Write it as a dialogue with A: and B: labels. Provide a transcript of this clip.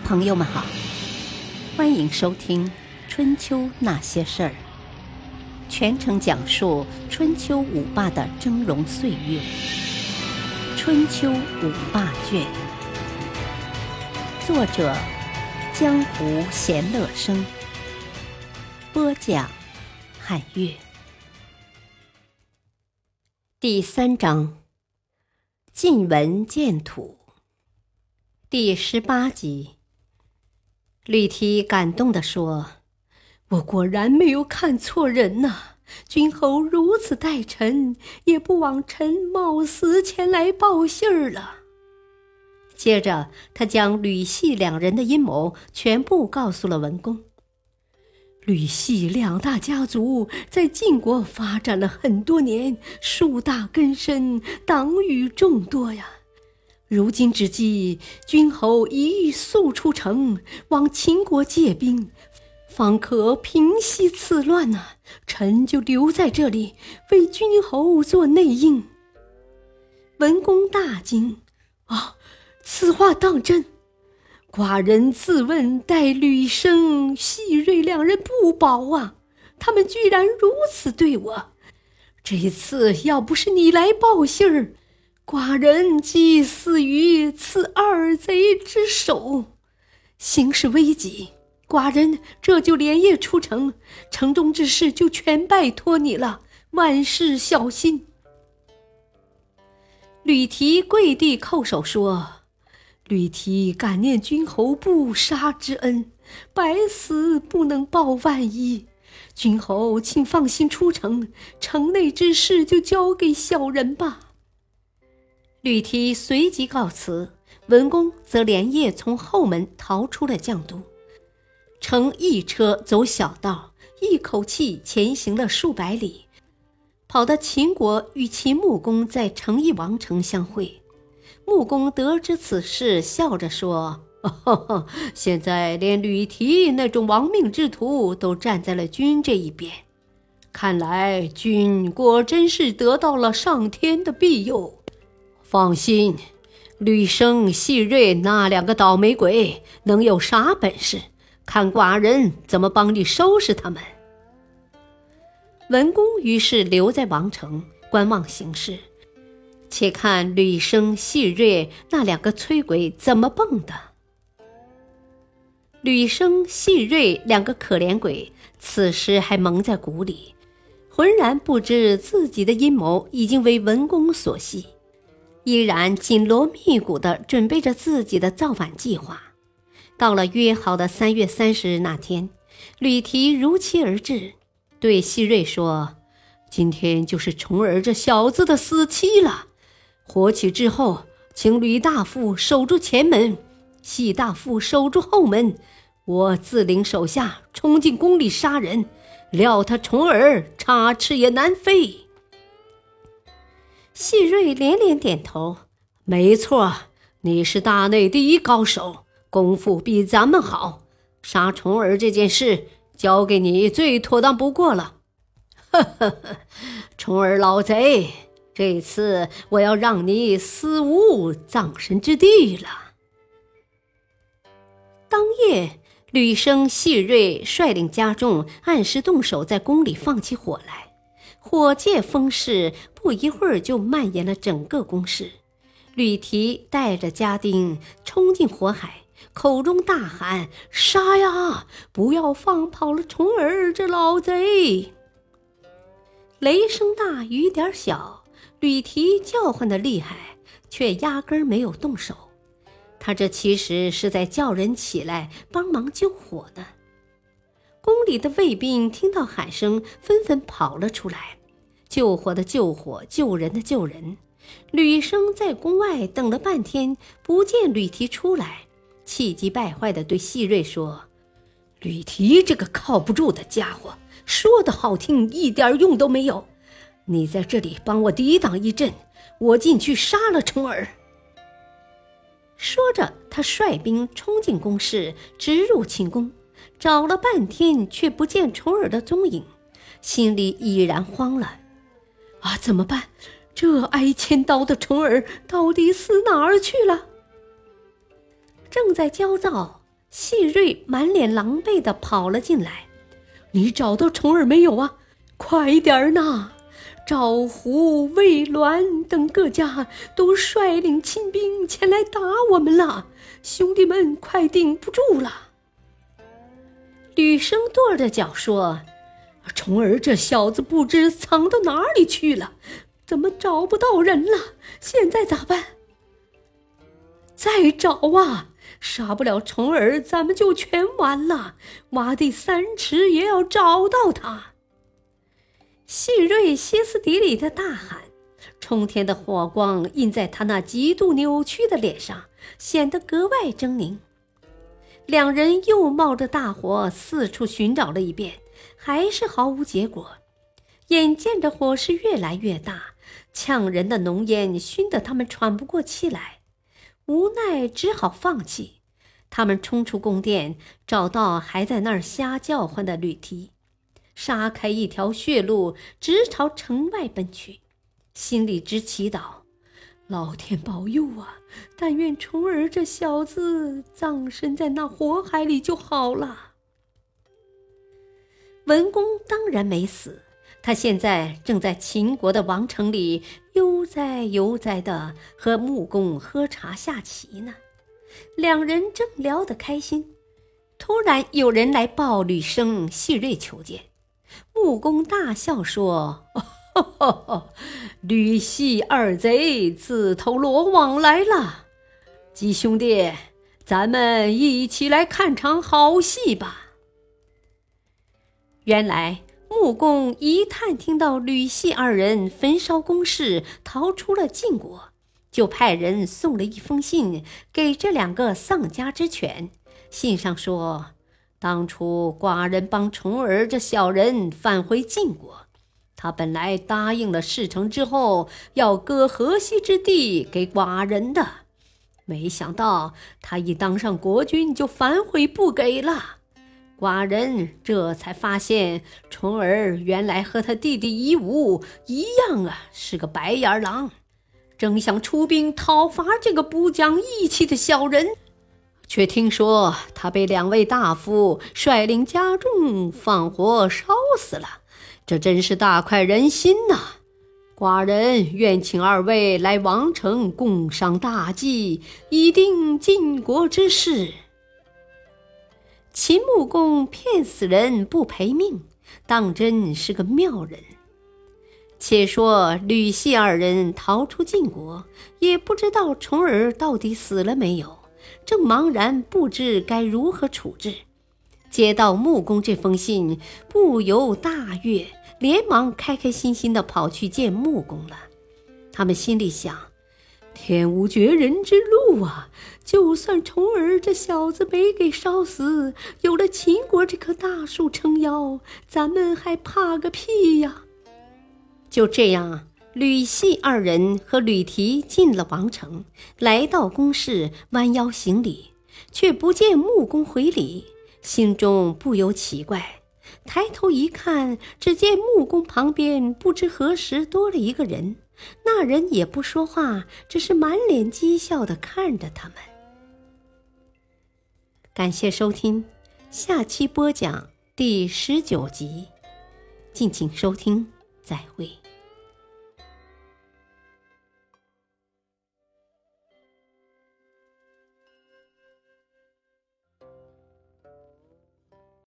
A: 朋友们好，欢迎收听《春秋那些事儿》，全程讲述春秋五霸的峥嵘岁月。春秋五霸卷，作者江湖闲乐生，播讲汉乐。第3章，晋文见土，第18集。吕提感动地说：“我果然没有看错人呐！君侯如此待臣，也不枉臣冒死前来报信儿了。”接着，他将吕系两人的阴谋全部告诉了文公。吕系两大家族在晋国发展了很多年，树大根深，党羽众多呀。如今之计，君侯一速出城，往秦国借兵，方可平息此乱啊！臣就留在这里，为君侯做内应。文公大惊：“啊，此话当真？寡人自问待吕生、细锐两人不薄啊，他们居然如此对我。这一次要不是你来报信儿，寡人即死于此二贼之手。形势危急，寡人这就连夜出城，城中之事就全拜托你了，万事小心。”吕提跪地叩首说：“吕提感念君侯不杀之恩，百死不能报万一。君侯请放心出城，城内之事就交给小人吧。”吕提随即告辞，文公则连夜从后门逃出了绛都，乘一车走小道，一口气前行了数百里，跑到秦国与秦穆公在成邑王城相会。穆公得知此事，笑着说：“现在连吕提那种亡命之徒都站在了君这一边，看来君果真是得到了上天的庇佑。放心，吕生、细锐那两个倒霉鬼能有啥本事？看寡人怎么帮你收拾他们。”文公于是留在王城观望形势，且看吕生、细锐那两个催鬼怎么蹦的。吕生、细锐两个可怜鬼此时还蒙在鼓里，浑然不知自己的阴谋已经为文公所系，依然紧锣密鼓地准备着自己的造反计划。到了约好的3月30日那天，吕提如期而至，对细锐说：“今天就是重耳这小子的死期了。火起之后，请吕大夫守住前门，细大夫守住后门，我自领手下冲进宫里杀人，料他重耳插翅也难飞。”细锐连连点头：“没错，你是大内第一高手，功夫比咱们好，杀重耳这件事交给你最妥当不过了。呵呵呵，重耳老贼，这次我要让你死无葬身之地了。”当夜，吕生、细锐率领家众按时动手在宫里放起火来，火借风势，不一会儿就蔓延了整个宫室。吕提带着家丁冲进火海，口中大喊：“杀呀！不要放跑了重耳这老贼！”雷声大雨点小，吕提叫唤的厉害，却压根儿没有动手。他这其实是在叫人起来帮忙救火呢。宫里的卫兵听到喊声，纷纷跑了出来，救火的救火，救人的救人。吕生在宫外等了半天，不见吕提出来，气急败坏地对细锐说：“吕提这个靠不住的家伙，说的好听一点用都没有，你在这里帮我抵挡一阵，我进去杀了重耳。”说着，他率兵冲进宫室，直入寝宫，找了半天却不见重耳的踪影，心里已然慌了。怎么办？这挨千刀的重耳到底死哪儿去了？正在焦躁， 细瑞满脸狼狈地跑了进来。你找到虫儿没有啊？快一点呐！赵胡、魏栾等各家都率领亲兵前来打我们了，兄弟们快顶不住了。吕生跺着脚说，虫儿这小子不知藏到哪里去了，怎么找不到人了？现在咋办？再找啊！杀不了虫儿，咱们就全完了。挖地3尺也要找到他。细瑞歇斯底里的大喊，冲天的火光映在他那极度扭曲的脸上，显得格外狰狞。两人又冒着大火四处寻找了一遍，还是毫无结果。眼见着火势越来越大，呛人的浓烟熏得他们喘不过气来，无奈只好放弃。他们冲出宫殿，找到还在那儿瞎叫唤的吕提，杀开一条血路，直朝城外奔去，心里只祈祷：老天保佑啊！但愿虫儿这小子葬身在那火海里就好了。文公当然没死，他现在正在秦国的王城里悠哉悠哉地和穆公喝茶下棋呢。两人正聊得开心，突然有人来报吕生、细瑞求见。穆公大笑说：吕细二贼自投罗网来了，季兄弟，咱们一起来看场好戏吧。原来穆公一探听到吕细二人焚烧宫室，逃出了晋国，就派人送了一封信给这2个丧家之犬。信上说，当初寡人帮重耳这小人返回晋国，他本来答应了事成之后要割河西之地给寡人的，没想到他一当上国君就反悔不给了。寡人这才发现重耳原来和他弟弟夷吾一样是个白眼狼，正想出兵讨伐这个不讲义气的小人，却听说他被2位大夫率领家众放火烧死了，这真是大快人心呐！寡人愿请2位来王城共赏大计，以定晋国之事。秦穆公骗死人不赔命，当真是个妙人。且说吕细2人逃出晋国，也不知道重耳到底死了没有，正茫然不知该如何处置。接到穆公这封信，不由大悦，连忙开开心心地跑去见穆公了。他们心里想，天无绝人之路啊！就算重耳这小子没给烧死，有了秦国这棵大树撑腰，咱们还怕个屁呀！就这样，吕细2人和吕提进了王城，来到宫室弯腰行礼，却不见穆公回礼，心中不由奇怪。抬头一看，只见穆公旁边不知何时多了一个人，那人也不说话，只是满脸讥笑地看着他们。感谢收听，下期播讲第19集，敬请收听，再会。